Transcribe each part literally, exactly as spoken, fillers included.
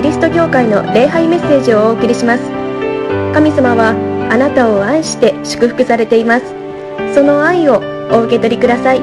リスト教会の礼拝メッセージをお送りします。神様はあなたを愛して祝福されています。その愛をお受け取りください。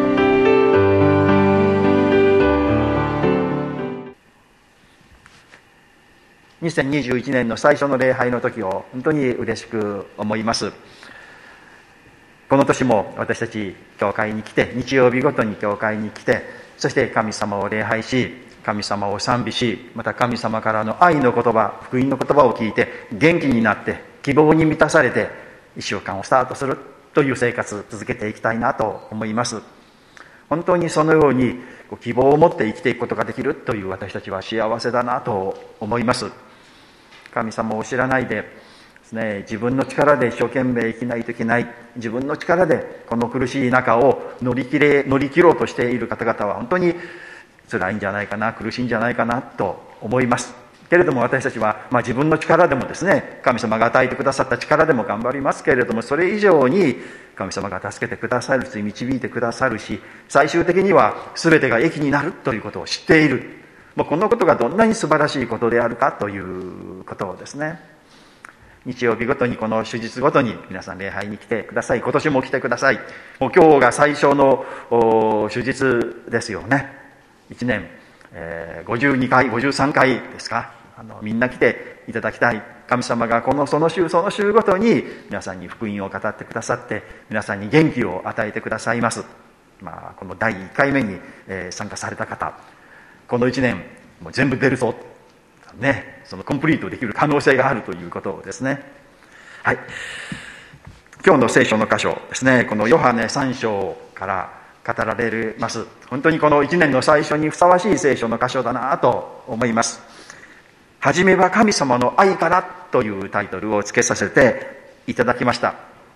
にせんにじゅういちねんの最初の礼拝の時を本当に嬉しく思います。この年も私たち教会に来て、日曜日ごとに教会に来て、そして神様を礼拝し、神様を賛美し、また神様からの愛の言葉、福音の言葉を聞いて元気になって希望に満たされていっしゅうかんをスタートするという生活を続けていきたいなと思います。本当にそのように希望を持って生きていくことができるという私たちは幸せだなと思います。神様を知らないでですね、自分の力で一生懸命生きないといけない、自分の力でこの苦しい中を乗り切れ乗り切ろうとしている方々は本当に辛いんじゃないかな、苦しいんじゃないかなと思いますけれども、私たちは、まあ、自分の力でもですね、神様が与えてくださった力でも頑張りますけれども、それ以上に神様が助けてくださるし、導いてくださるし、最終的には全てが益になるということを知っている。もうこのことがどんなに素晴らしいことであるかということをですね、日曜日ごとにこの手術ごとに皆さん礼拝に来てください。今年も来てください。もう今日が最初の手術ですよね。いちねん、えー、ごじゅうにかいごじゅうさんかいですか。あのみんな来ていただきたい。神様がこのその週その週ごとに皆さんに福音を語ってくださって、皆さんに元気を与えてくださいます。まあ、このだいいっかいめに、えー、参加された方、このいちねんもう全部出るぞ、ね、そのコンプリートできる可能性があるということですね。はい、今日の聖書の箇所ですね、このヨハネさん章から語られます。本当にこのいちねんの最初にふさわしい聖書の箇所だなと思います。はじめは神様の愛からというタイトルをつけさせていただきました。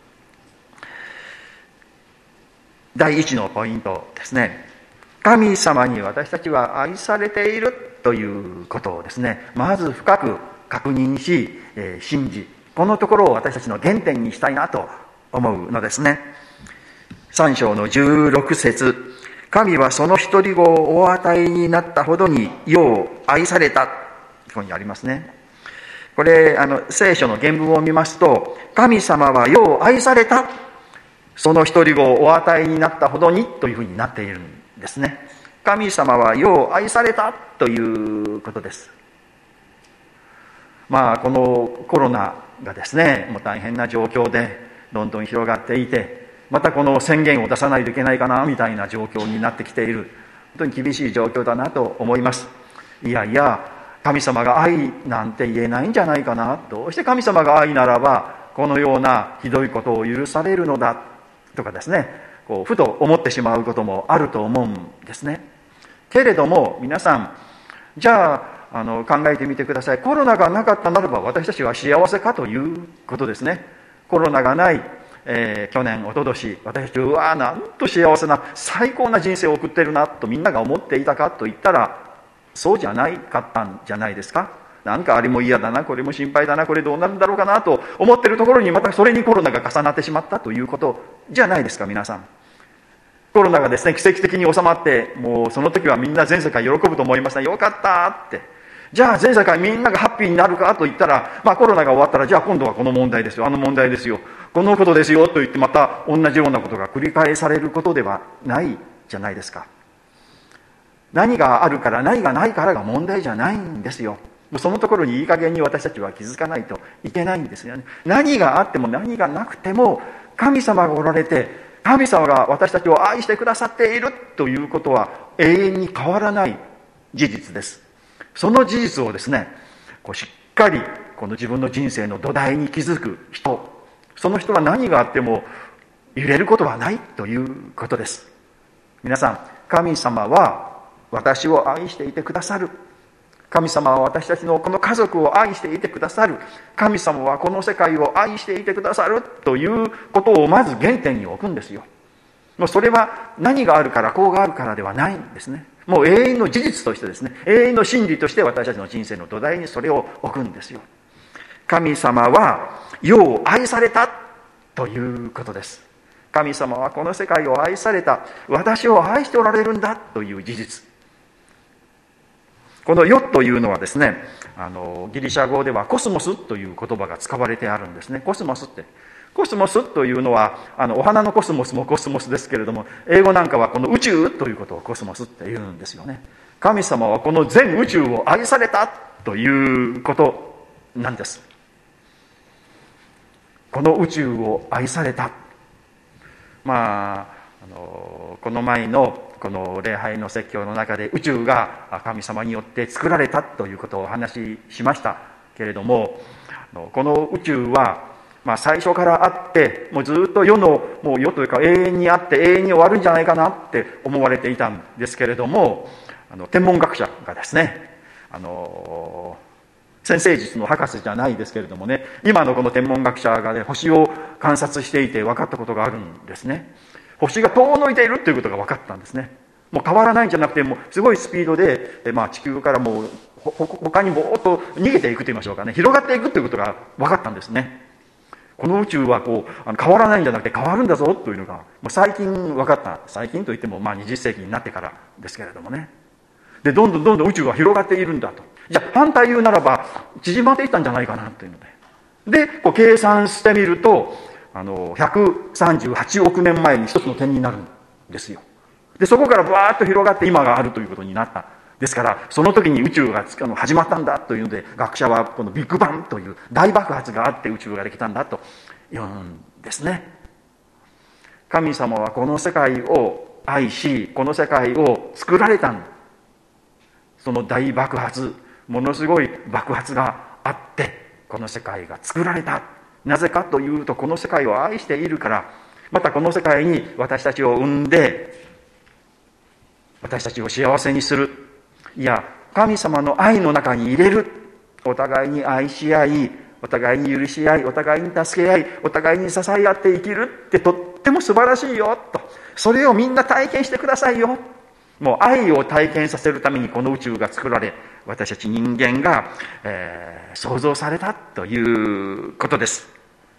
だいいちのポイントですね、神様に私たちは愛されているということをですね、まず深く確認し、えー、信じ、このところを私たちの原点にしたいなと思うのですね。さん章のじゅうろく節、神はその一人子をお与えになったほどに世を愛された、ここにありますね。これあの聖書の原文を見ますと、神様は世を愛された、その一人子をお与えになったほどにというふうになっているんですね。神様は世を愛されたということです。まあこのコロナがですね、もう大変な状況でどんどん広がっていて、またこの宣言を出さないといけないかなみたいな状況になってきている。本当に厳しい状況だなと思います。いやいや、神様が愛なんて言えないんじゃないかな、どうして神様が愛ならばこのようなひどいことを許されるのだとかですね、こうふと思ってしまうこともあると思うんですね。けれども皆さん、じゃあ、あの考えてみてください。コロナがなかったならば私たちは幸せかということですね。コロナがない、えー、去年一昨年私たちはうわーなんと幸せな最高な人生を送ってるなとみんなが思っていたかと言ったら、そうじゃないかったんじゃないですか。なんかあれも嫌だな、これも心配だな、これどうなるんだろうかなと思ってるところに、またそれにコロナが重なってしまったということじゃないですか。皆さん、コロナがですね奇跡的に収まって、もうその時はみんな全世界喜ぶと思いました。よかったって。じゃあ全世界みんながハッピーになるかと言ったら、まあコロナが終わったら、じゃあ今度はこの問題ですよ、あの問題ですよ、このことですよと言って、また同じようなことが繰り返されることではないじゃないですか。何があるから何がないからが問題じゃないんですよ。そのところにいい加減に私たちは気づかないといけないんですよね。何があっても何がなくても神様がおられて、神様が私たちを愛してくださっているということは永遠に変わらない事実です。その事実をですね、こうしっかりこの自分の人生の土台に築く人、その人は何があっても揺れることはないということです。皆さん、神様は私を愛していてくださる。神様は私たちのこの家族を愛していてくださる。神様はこの世界を愛していてくださるということをまず原点に置くんですよ。もうそれは何があるからこうがあるからではないんですね。もう永遠の事実としてですね、永遠の真理として私たちの人生の土台にそれを置くんですよ。神様は世を愛されたということです。神様はこの世界を愛された、私を愛しておられるんだという事実。 この世というのはですね、あのギリシャ語ではコスモスという言葉が使われてあるんですね。コスモスってコスモスというのはあのお花のコスモスもコスモスですけれども、英語なんかはこの宇宙ということをコスモスって言うんですよね。神様はこの全宇宙を愛されたということなんです。この宇宙を愛された。まあ、あのこの前のこの礼拝の説教の中で宇宙が神様によって作られたということをお話ししましたけれども、この宇宙はまあ最初からあって、もうずっと世のもう世というか永遠にあって永遠に終わるんじゃないかなって思われていたんですけれども、あの天文学者がですね、あの先生術の博士じゃないですけれどもね、今のこの天文学者がね、星を観察していて分かったことがあるんですね。星が遠のいているということが分かったんですね。もう変わらないんじゃなくて、もうすごいスピードで、えまあ、地球からもうほ他にぼーっと逃げていくと言いましょうかね、広がっていくということが分かったんですね。この宇宙はこうあの変わらないんじゃなくて変わるんだぞというのがもう最近分かった。最近といってもまあにじゅっ世紀になってからですけれどもね。でどんどんどんどん宇宙は広がっているんだと。じゃあ反対言うならば縮まっていったんじゃないかなというので、でこう計算してみるとあのひゃくさんじゅうはちおくねんまえに一つの点になるんですよ。でそこからバーッと広がって今があるということになった。ですからその時に宇宙が始まったんだというので、学者はこのビッグバンという大爆発があって宇宙ができたんだと言うんですね。神様はこの世界を愛し、この世界を作られたんだ。その大爆発、ものすごい爆発があってこの世界が作られた。なぜかというと、この世界を愛しているから。またこの世界に私たちを生んで私たちを幸せにする、いや神様の愛の中に入れる。お互いに愛し合い、お互いに許し合い、お互いに助け合い、お互いに支え合って生きるってとっても素晴らしいよと。それをみんな体験してくださいよ。もう愛を体験させるためにこの宇宙が作られ、私たち人間が、えー、創造されたということです。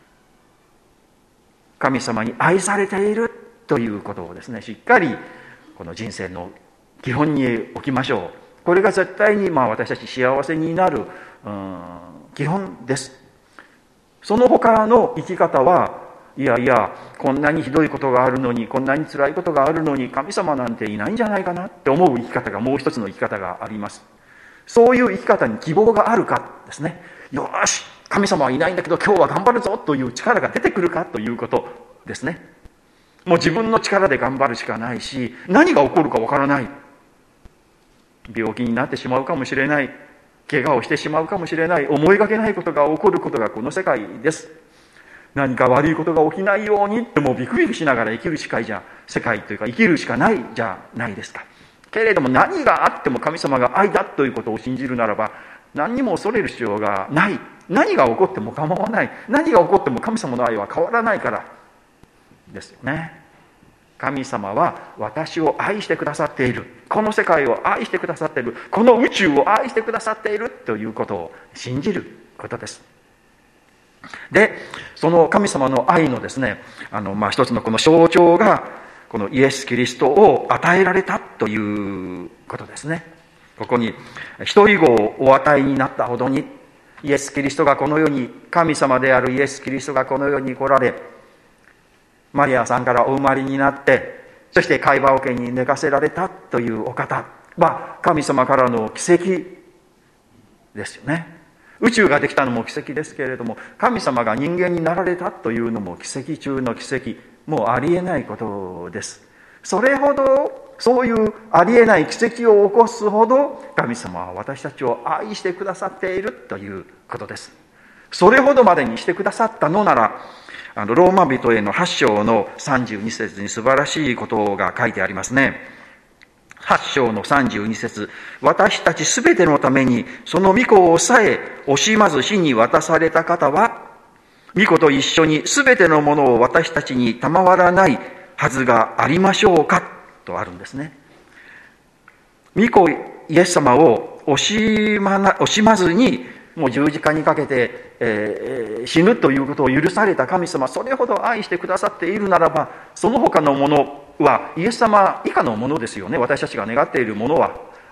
神様に愛されているということをですね、しっかりこの人生の基本に置きましょう。これが絶対にまあ私たち幸せになる、うん、基本です。その他の生き方はいやいやこんなにひどいことがあるのに、こんなに辛いことがあるのに神様なんていないんじゃないかなって思う生き方がもう一つの生き方があります。そういう生き方に希望があるかですね。よし神様はいないんだけど今日は頑張るぞという力が出てくるかということですね。もう自分の力で頑張るしかないし、何が起こるかわからない。病気になってしまうかもしれない、怪我をしてしまうかもしれない、思いがけないことが起こることがこの世界です。何か悪いことが起きないようにってもうビクビクしながら生きるしかいじゃ世界というか生きるしかないじゃないですか。けれども何があっても神様が愛だということを信じるならば、何にも恐れる必要がない。何が起こっても構わない。何が起こっても神様の愛は変わらないからですよね。神様は私を愛してくださっている、この世界を愛してくださっている、この宇宙を愛してくださっているということを信じることです。でその神様の愛のですね、あのまあ一つのこの象徴がこのイエス・キリストを与えられたということですね。ここに一人子をお与えになったほどに、イエス・キリストがこの世に、神様であるイエス・キリストがこの世に来られ、マリアさんからお生まれになって、そして海馬桶に寝かせられたというお方は神様からの奇跡ですよね。宇宙ができたのも奇跡ですけれども、神様が人間になられたというのも奇跡中の奇跡、もうありえないことです。それほどそういうありえない奇跡を起こすほど神様は私たちを愛してくださっているということです。それほどまでにしてくださったのなら、あのローマ人へのはち章のさんじゅうに節に素晴らしいことが書いてありますね。はち章のさんじゅうに節、私たちすべてのためにその御子をさえ惜しまず死に渡された方は、御子と一緒にすべてのものを私たちに賜らないはずがありましょうかとあるんですね。御子イエス様を惜しまな、惜しまずにもう十字架にかけて、えー、死ぬということを許された神様、それほど愛してくださっているならば、その他のものはイエス様以下のものですよね。私たちが願っているものは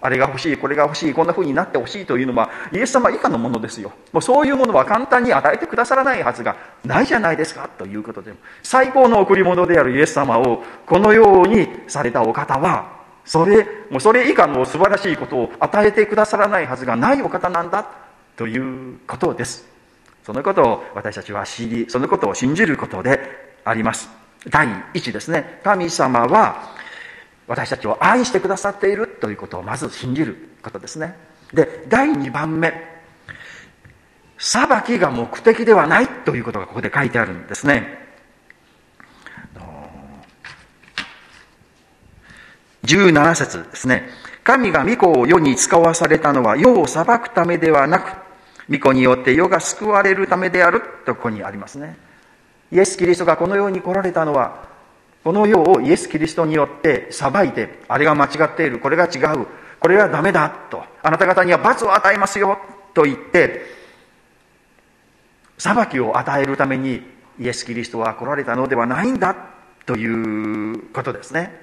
あれが欲しい、これが欲しい、こんな風になって欲しいというのはイエス様以下のものですよ。もうそういうものは簡単に与えてくださらないはずがないじゃないですかということで、最高の贈り物であるイエス様をこのようにされたお方は、それもうそれ以下の素晴らしいことを与えてくださらないはずがないお方なんだということです。そのことを私たちは知り、そのことを信じることであります。第一ですね、神様は私たちを愛してくださっているということをまず信じることですね。で、第二番目、裁きが目的ではないということがここで書いてあるんですね。じゅうなな節ですね。神が御子を世に使わされたのは世を裁くためではなく、御子によって世が救われるためであるとここにありますね。イエス・キリストがこの世に来られたのは、この世をイエス・キリストによって裁いて、あれが間違っている、これが違う、これはダメだと、あなた方には罰を与えますよと言って、裁きを与えるためにイエス・キリストは来られたのではないんだということですね。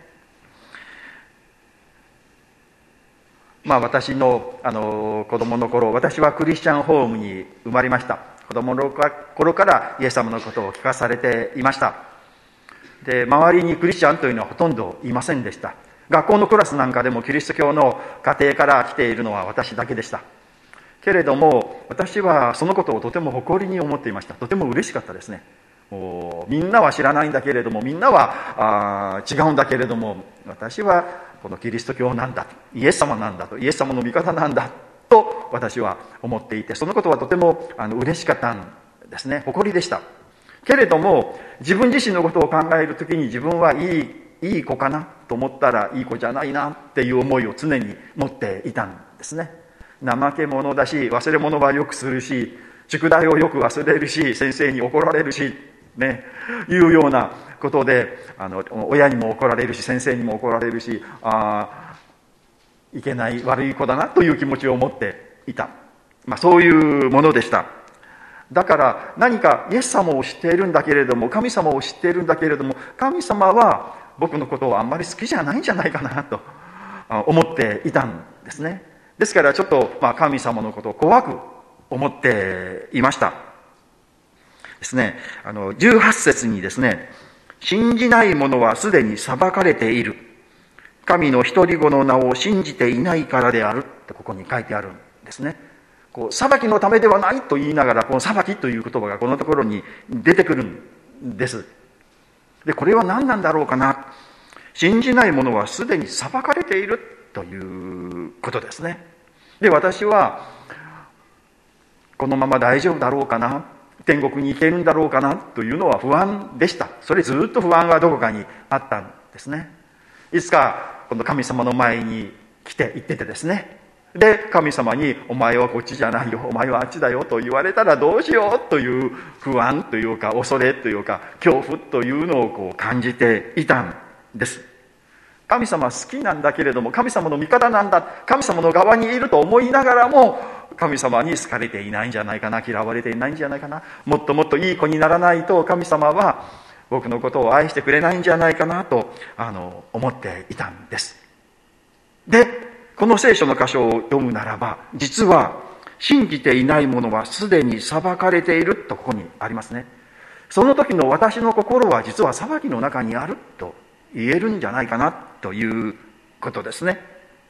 まあ私の、あの子供の頃、私はクリスチャンホームに生まれました。子供の頃からイエス様のことを聞かされていました。で、周りにクリスチャンというのはほとんどいませんでした。学校のクラスなんかでもキリスト教の家庭から来ているのは私だけでした。けれども私はそのことをとても誇りに思っていました。とても嬉しかったですね。もうみんなは知らないんだけれども、みんなはあ違うんだけれども、私はこのキリスト教なんだと、イエス様なんだと、イエス様の味方なんだと私は思っていて、そのことはとてもあの嬉しかったんですね。誇りでした。けれども自分自身のことを考えるときに、自分はいいいい子かなと思ったらいい子じゃないなっていう思いを常に持っていたんですね。怠け者だし、忘れ物はよくするし、宿題をよく忘れるし、先生に怒られるしね、いうようなことで、あの親にも怒られるし、先生にも怒られるし、あいけない悪い子だなという気持ちを持っていた、まあ、そういうものでした。だから何かイエス様を知っているんだけれども、神様を知っているんだけれども、神様は僕のことをあんまり好きじゃないんじゃないかなと思っていたんですね。ですからちょっと、まあ、神様のことを怖く思っていましたですね。あのじゅうはち節にですね、信じない者はすでに裁かれている、神の一人子の名を信じていないからであるってここに書いてあるんですね。こう裁きのためではないと言いながら、この裁きという言葉がこのところに出てくるんです。で、これは何なんだろうかな。信じない者はすでに裁かれているということですね。で、私はこのまま大丈夫だろうかな、天国に行けるんだろうかなというのは不安でした。それずっと不安がどこかにあったんですね。いつかこの神様の前に来て行っててですね、で神様にお前はこっちじゃないよ、お前はあっちだよと言われたらどうしようという不安というか、恐れというか、恐怖というのをこう感じていたんです。神様好きなんだけれども、神様の味方なんだ、神様の側にいると思いながらも、神様に好かれていないんじゃないかな、嫌われていないんじゃないかな、もっともっといい子にならないと神様は僕のことを愛してくれないんじゃないかなとあの思っていたんです。で、この聖書の箇所を読むならば、実は信じていない者はすでに裁かれているとここにありますね。その時の私の心は実は裁きの中にあると言えるんじゃないかなということですね。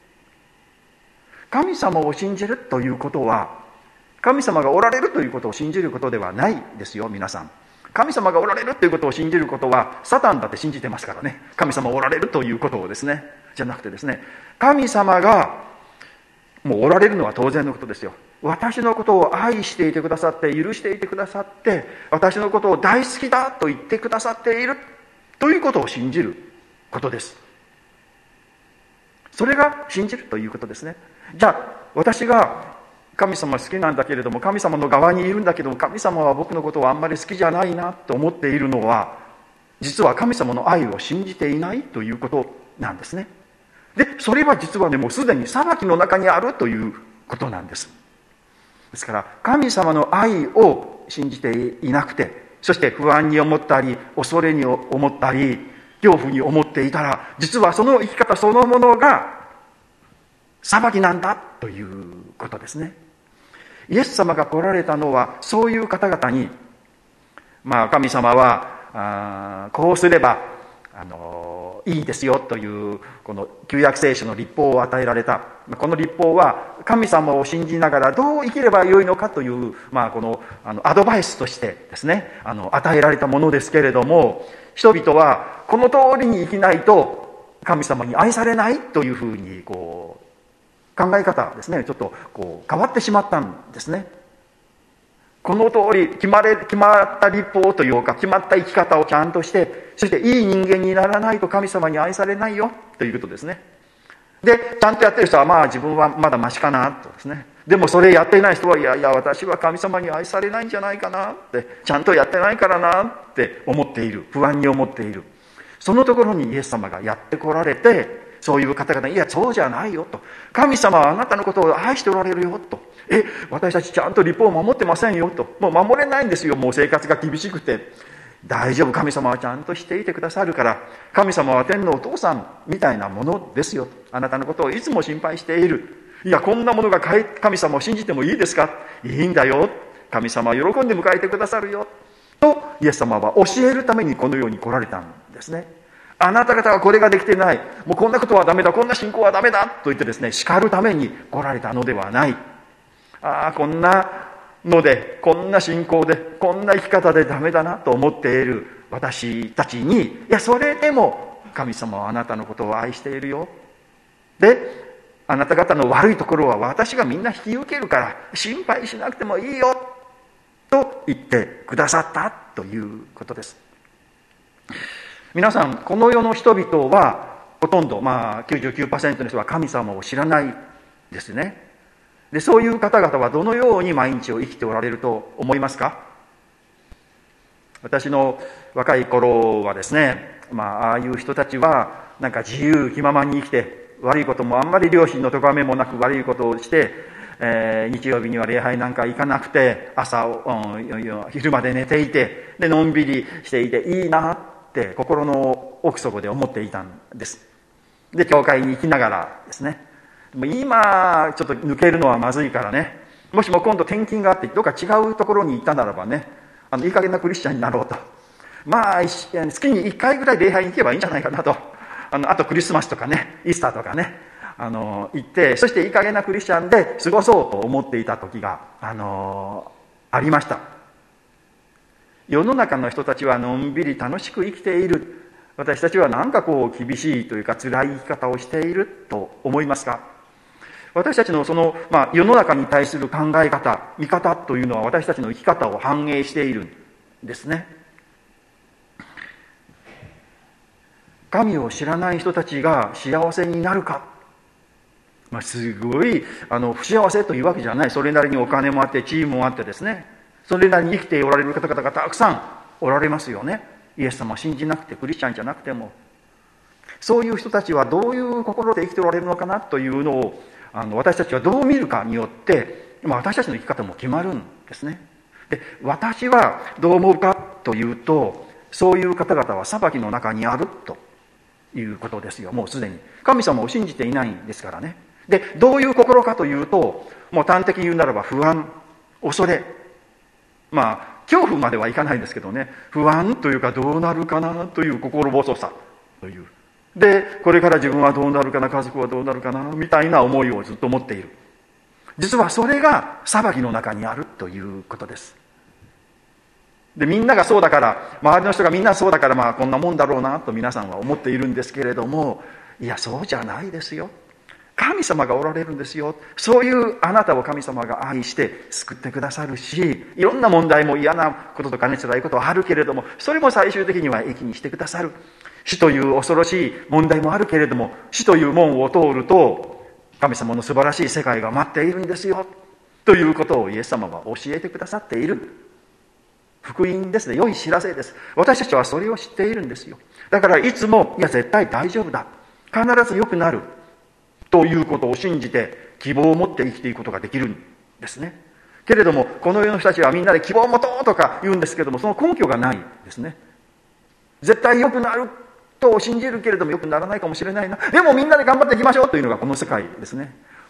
神様を信じるということは、神様がおられるということを信じることではないですよ、皆さん。神様がおられるということを信じることは、サタンだって信じてますからね。神様おられるということをですね、じゃなくてですね、神様がもうおられるのは当然のことですよ。私のことを愛していてくださって、許していてくださって、私のことを大好きだと言ってくださっているということを信じることです。それが信じるということですね。じゃあ私が神様好きなんだけれども、神様の側にいるんだけども、神様は僕のことをあんまり好きじゃないなと思っているのは、実は神様の愛を信じていないということなんですね。で、それは実はね、もうすでに裁きの中にあるということなんです。ですから神様の愛を信じていなくて、そして不安に思ったり、恐れに思ったり、恐怖に思っていたら、実はその生き方そのものが裁きなんだということですね。イエス様が来られたのはそういう方々に、まあ神様はあこうすればあのいいですよというこの旧約聖書の律法を与えられた。この律法は神様を信じながらどう生きればよいのかという、まあ、このあのアドバイスとしてですね、あの与えられたものですけれども、人々はこの通りに生きないと神様に愛されないというふうにこう考え方ですね、ちょっとこう変わってしまったんですね。この通り決まれ決まった律法というか決まった生き方をちゃんとして、そしていい人間にならないと神様に愛されないよということですね。でちゃんとやってる人はまあ自分はまだマシかなとですね。でもそれやっていない人はいやいや私は神様に愛されないんじゃないかなって、ちゃんとやってないからなって思っている、不安に思っている。そのところにイエス様がやって来られて、そういう方々にいやそうじゃないよと、神様はあなたのことを愛しておられるよと、え私たちちゃんと律法を守ってませんよと、もう守れないんですよ、もう生活が厳しくて。大丈夫、神様はちゃんとしていてくださるから、神様は天のお父さんみたいなものですよ、あなたのことをいつも心配している。いやこんなものが神様を信じてもいいですか、いいんだよ、神様は喜んで迎えてくださるよとイエス様は教えるためにこのように来られたんですね。あなた方はこれができてない、もうこんなことはダメだ、こんな信仰はダメだと言ってですね、叱るために来られたのではない。ああこんなので、こんな信仰で、こんな生き方でダメだなと思っている私たちに、いやそれでも神様はあなたのことを愛しているよ、であなた方の悪いところは私がみんな引き受けるから心配しなくてもいいよと言ってくださったということです。皆さん、この世の人々はほとんど、まあ きゅうじゅうきゅうパーセント の人は神様を知らないですね。でそういう方々はどのように毎日を生きておられると思いますか？私の若い頃はですね、まあああいう人たちはなんか自由気ままに生きて、悪いこともあんまり両親の咎めもなく悪いことをして、えー、日曜日には礼拝なんか行かなくて、朝、うん、昼まで寝ていて、でのんびりしていていいなって心の奥底で思っていたんです。で教会に行きながらですね、今ちょっと抜けるのはまずいからね、もしも今度転勤があってどっか違うところに行ったならばね、あのいい加減なクリスチャンになろうと、まあ月にいっかいぐらい礼拝に行けばいいんじゃないかなと、あのあとクリスマスとかね、イースターとかね、あの行って、そしていい加減なクリスチャンで過ごそうと思っていた時があのありました。世の中の人たちはのんびり楽しく生きている、私たちは何かこう厳しいというか辛い生き方をしていると思いますか？私たちのその、まあ、世の中に対する考え方、見方というのは私たちの生き方を反映しているんですね。神を知らない人たちが幸せになるか、まあ、すごいあの不幸せというわけじゃない。それなりにお金もあって地位もあってですね、それなりに生きておられる方々がたくさんおられますよね。イエス様を信じなくてクリスチャンじゃなくても。そういう人たちはどういう心で生きておられるのかなというのを、あの私たちはどう見るかによって、まあ、私たちの生き方も決まるんですね。で私はどう思うかというと、そういう方々は裁きの中にあるということですよ。もうすでに神様を信じていないんですからね。でどういう心かというと、もう端的に言うならば不安、恐れ、まあ恐怖まではいかないんですけどね、不安というかどうなるかなという心細さという、でこれから自分はどうなるかな、家族はどうなるかなみたいな思いをずっと持っている。実はそれが裁きの中にあるということです。でみんながそうだから、周りの人がみんなそうだから、まあこんなもんだろうなと皆さんは思っているんですけれども、いやそうじゃないですよ。神様がおられるんですよ。そういうあなたを神様が愛して救ってくださるし、いろんな問題も嫌なこととかね、辛いことはあるけれども、それも最終的には益にしてくださる。死という恐ろしい問題もあるけれども、死という門を通ると神様の素晴らしい世界が待っているんですよということをイエス様は教えてくださっている。福音ですね。良い知らせです。私たちはそれを知っているんですよ。だからいつも、いや絶対大丈夫だ、必ず良くなるということを信じて希望を持って生きていくことができるんですね。けれどもこの世の人たちはみんなで希望を持とうとか言うんですけども、その根拠がないですね。絶対良くなると信じるけれども良くならないかもしれないな、でもみんなで頑張っていきましょうというのがこの世界ですね。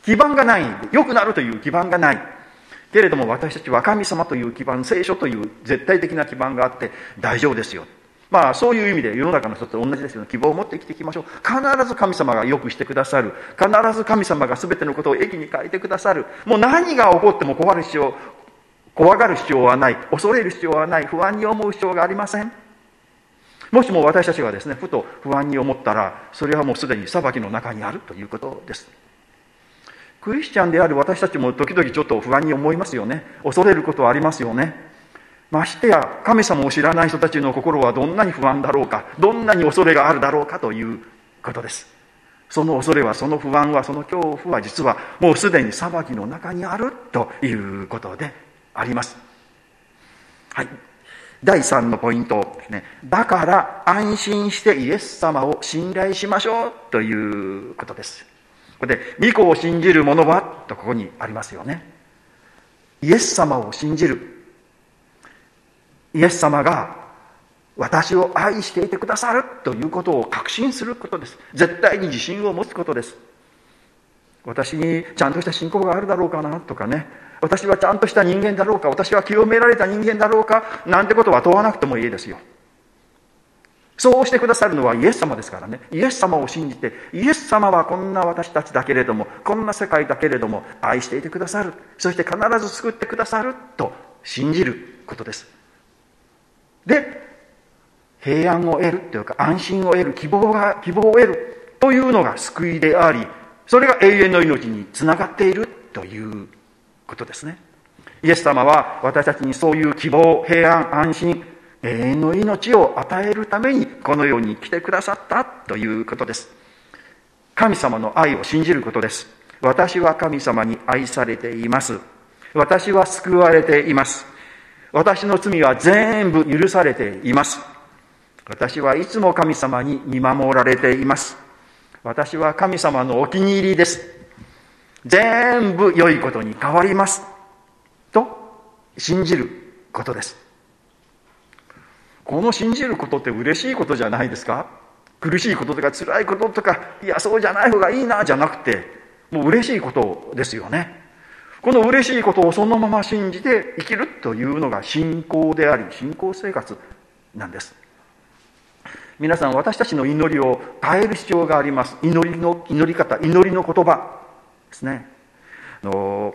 基盤がないんで、良くなるという基盤がないけれども、私たちは神様という基盤、聖書という絶対的な基盤があって大丈夫ですよ。まあそういう意味で世の中の人と同じですよね。希望を持って生きていきましょう。必ず神様が良くしてくださる。必ず神様が全てのことを益に変えてくださる。もう何が起こっても怖がる必要怖がる必要はない。恐れる必要はない。不安に思う必要がありません。もしも私たちがですね、ふと不安に思ったら、それはもうすでに裁きの中にあるということです。クリスチャンである私たちも時々ちょっと不安に思いますよね。恐れることはありますよね。ましてや神様を知らない人たちの心はどんなに不安だろうか、どんなに恐れがあるだろうかということです。その恐れは、その不安は、その恐怖は実はもうすでに裁きの中にあるということであります。はい。だいさんのポイントですね。だから安心してイエス様を信頼しましょうということです。ここで御子を信じる者はとここにありますよね。イエス様を信じる。イエス様が私を愛していてくださるということを確信することです。絶対に自信を持つことです。私にちゃんとした信仰があるだろうかなとかね、私はちゃんとした人間だろうか、私は清められた人間だろうかなんてことは問わなくてもいいですよ。そうしてくださるのはイエス様ですからね。イエス様を信じて、イエス様はこんな私たちだけれども、こんな世界だけれども愛していてくださる、そして必ず救ってくださると信じることです。で、平安を得るというか安心を得る、希望が希望を得るというのが救いであり、それが永遠の命につながっているということですね。イエス様は私たちにそういう希望、平安、安心、永遠の命を与えるためにこの世に来てくださったということです。神様の愛を信じることです。私は神様に愛されています。私は救われています。私の罪は全部許されています。私はいつも神様に見守られています。私は神様のお気に入りです。全部良いことに変わります。と信じることです。この信じることって嬉しいことじゃないですか？苦しいこととか辛いこととか、いやそうじゃない方がいいなじゃなくて、もう嬉しいことですよね。この嬉しいことをそのまま信じて生きるというのが信仰であり、信仰生活なんです。皆さん、私たちの祈りを変える必要があります。祈りの祈り方、祈りの言葉ですね。あの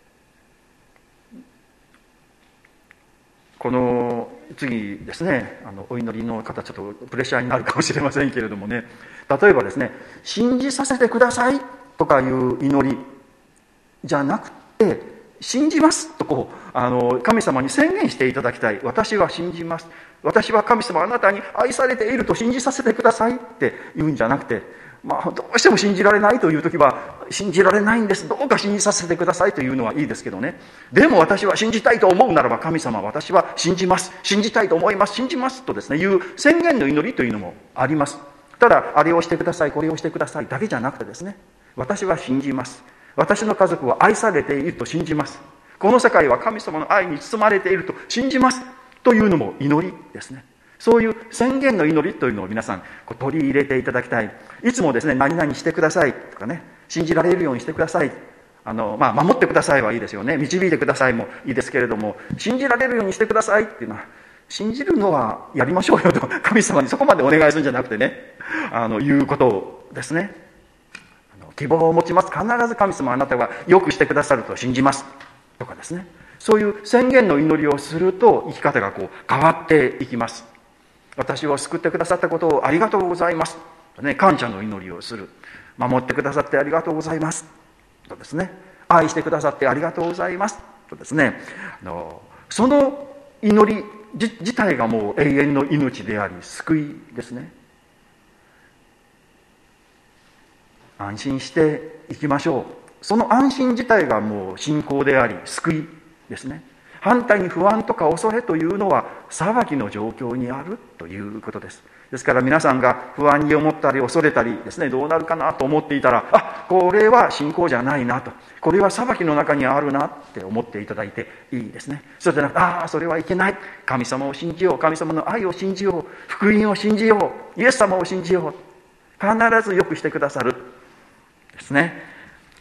この次ですね、あのお祈りの方ちょっとプレッシャーになるかもしれませんけれどもね、例えばですね、信じさせてくださいとかいう祈りじゃなくて、信じますとこうあの神様に宣言していただきたい。私は信じます。私は神様あなたに愛されていると信じさせてくださいって言うんじゃなくて、まあ、どうしても信じられないという時は信じられないんです、どうか信じさせてくださいというのはいいですけどね。でも私は信じたいと思うならば、神様私は信じます、信じたいと思います、信じますとですねいう宣言の祈りというのもあります。ただあれをしてください、これをしてくださいだけじゃなくてですね、私は信じます、私の家族は愛されていると信じます、この世界は神様の愛に包まれていると信じますというのも祈りですね。そういう宣言の祈りというのを皆さんこう取り入れていただきたい。いつもですね、何々してくださいとかね、信じられるようにしてください、あの、まあ、守ってくださいはいいですよね、導いてくださいもいいですけれども、信じられるようにしてくださいっていうのは、信じるのはやりましょうよと神様にそこまでお願いするんじゃなくてね、あのいうことですね。あの希望を持ちます、必ず神様あなたはよくしてくださると信じますとかですね、そういう宣言の祈りをすると生き方がこう変わっていきます。私を救ってくださったことをありがとうございますとね、感謝の祈りをする。守ってくださってありがとうございますとですね、愛してくださってありがとうございますとですね、あのその祈り自体がもう永遠の命であり救いですね。安心していきましょう。その安心自体がもう信仰であり救いですね。反対に不安とか恐れというのは裁きの状況にあるということです。ですから皆さんが不安に思ったり恐れたりですね、どうなるかなと思っていたら、あ、これは信仰じゃないなと、これは裁きの中にあるなって思っていただいていいですね。そうじゃなくて、ああそれはいけない、神様を信じよう、神様の愛を信じよう、福音を信じよう、イエス様を信じよう、必ずよくしてくださるですね。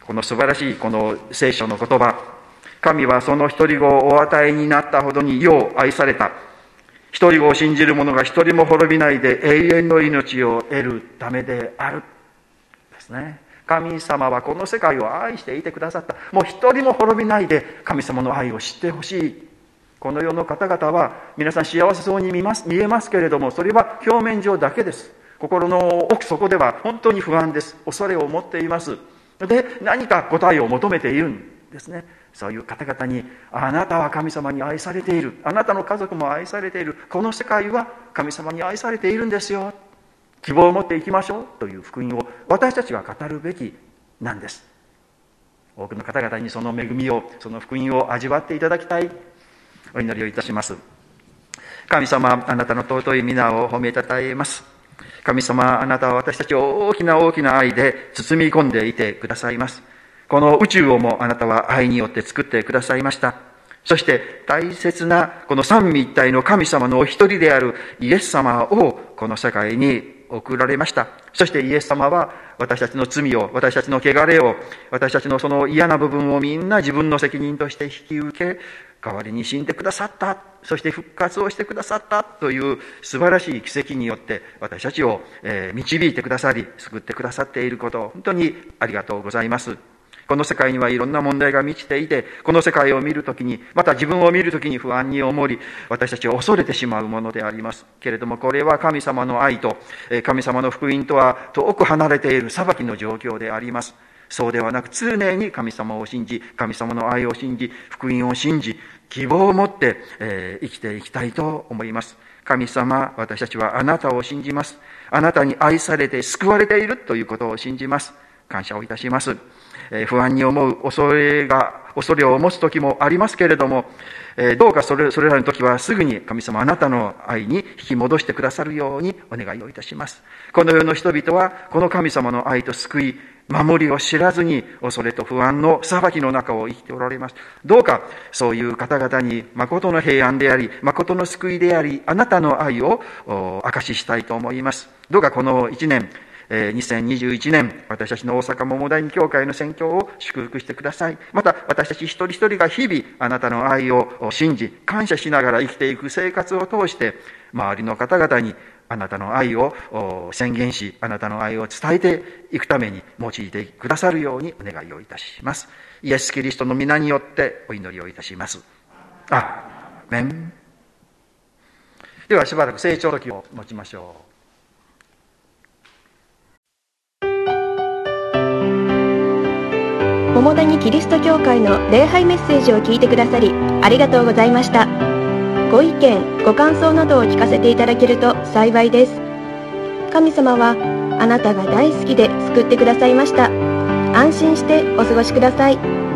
この素晴らしいこの聖書の言葉、神はその一人子をお与えになったほどによう愛された。一人子を信じる者が一人も滅びないで永遠の命を得るためである。ですね。神様はこの世界を愛していてくださった。もう一人も滅びないで神様の愛を知ってほしい。この世の方々は皆さん幸せそうに見ます、見えますけれども、それは表面上だけです。心の奥底では本当に不安です。恐れを持っています。で、何か答えを求めているんですね。そういう方々に、あなたは神様に愛されている。あなたの家族も愛されている。この世界は神様に愛されているんですよ。希望を持っていきましょうという福音を私たちは語るべきなんです。多くの方々にその恵みを、その福音を味わっていただきたい。お祈りをいたします。神様、あなたの尊い皆を褒めたたえます。神様、あなたは私たちを大きな大きな愛で包み込んでいてくださいます。この宇宙をもあなたは愛によって作ってくださいました。そして大切なこの三位一体の神様のお一人であるイエス様をこの世界に送られました。そしてイエス様は私たちの罪を、私たちの汚れを、私たちのその嫌な部分をみんな自分の責任として引き受け、代わりに死んでくださった、そして復活をしてくださったという素晴らしい奇跡によって私たちを導いてくださり、救ってくださっていること、本当にありがとうございます。この世界にはいろんな問題が満ちていて、この世界を見るときに、また自分を見るときに不安に思い、私たちを恐れてしまうものであります。けれどもこれは神様の愛と、神様の福音とは遠く離れている裁きの状況であります。そうではなく常に神様を信じ、神様の愛を信じ、福音を信じ、希望を持って、えー、生きていきたいと思います。神様、私たちはあなたを信じます。あなたに愛されて救われているということを信じます。感謝をいたします。えー、不安に思う恐れが、恐れを持つ時もありますけれども、えー、どうかそれ、それらの時はすぐに神様あなたの愛に引き戻してくださるようにお願いをいたします。この世の人々はこの神様の愛と救い、守りを知らずに恐れと不安の裁きの中を生きておられます。どうかそういう方々に誠の平安であり、誠の救いであり、あなたの愛を証ししたいと思います。どうかこの一年、にせんにじゅういちねん、私たちの大阪桃第二教会の宣教を祝福してください。また私たち一人一人が日々あなたの愛を信じ、感謝しながら生きていく生活を通して、周りの方々にあなたの愛を宣言し、あなたの愛を伝えていくために用いてくださるようにお願いをいたします。イエス・キリストの皆によってお祈りをいたします。アーメン。ではしばらく成長の時を持ちましょう。 桃谷キリスト教会の礼拝メッセージを聞いてくださりありがとうございました。ご意見ご感想などを聞かせていただけると幸いです。神様はあなたが大好きで救ってくださいました。安心してお過ごしください。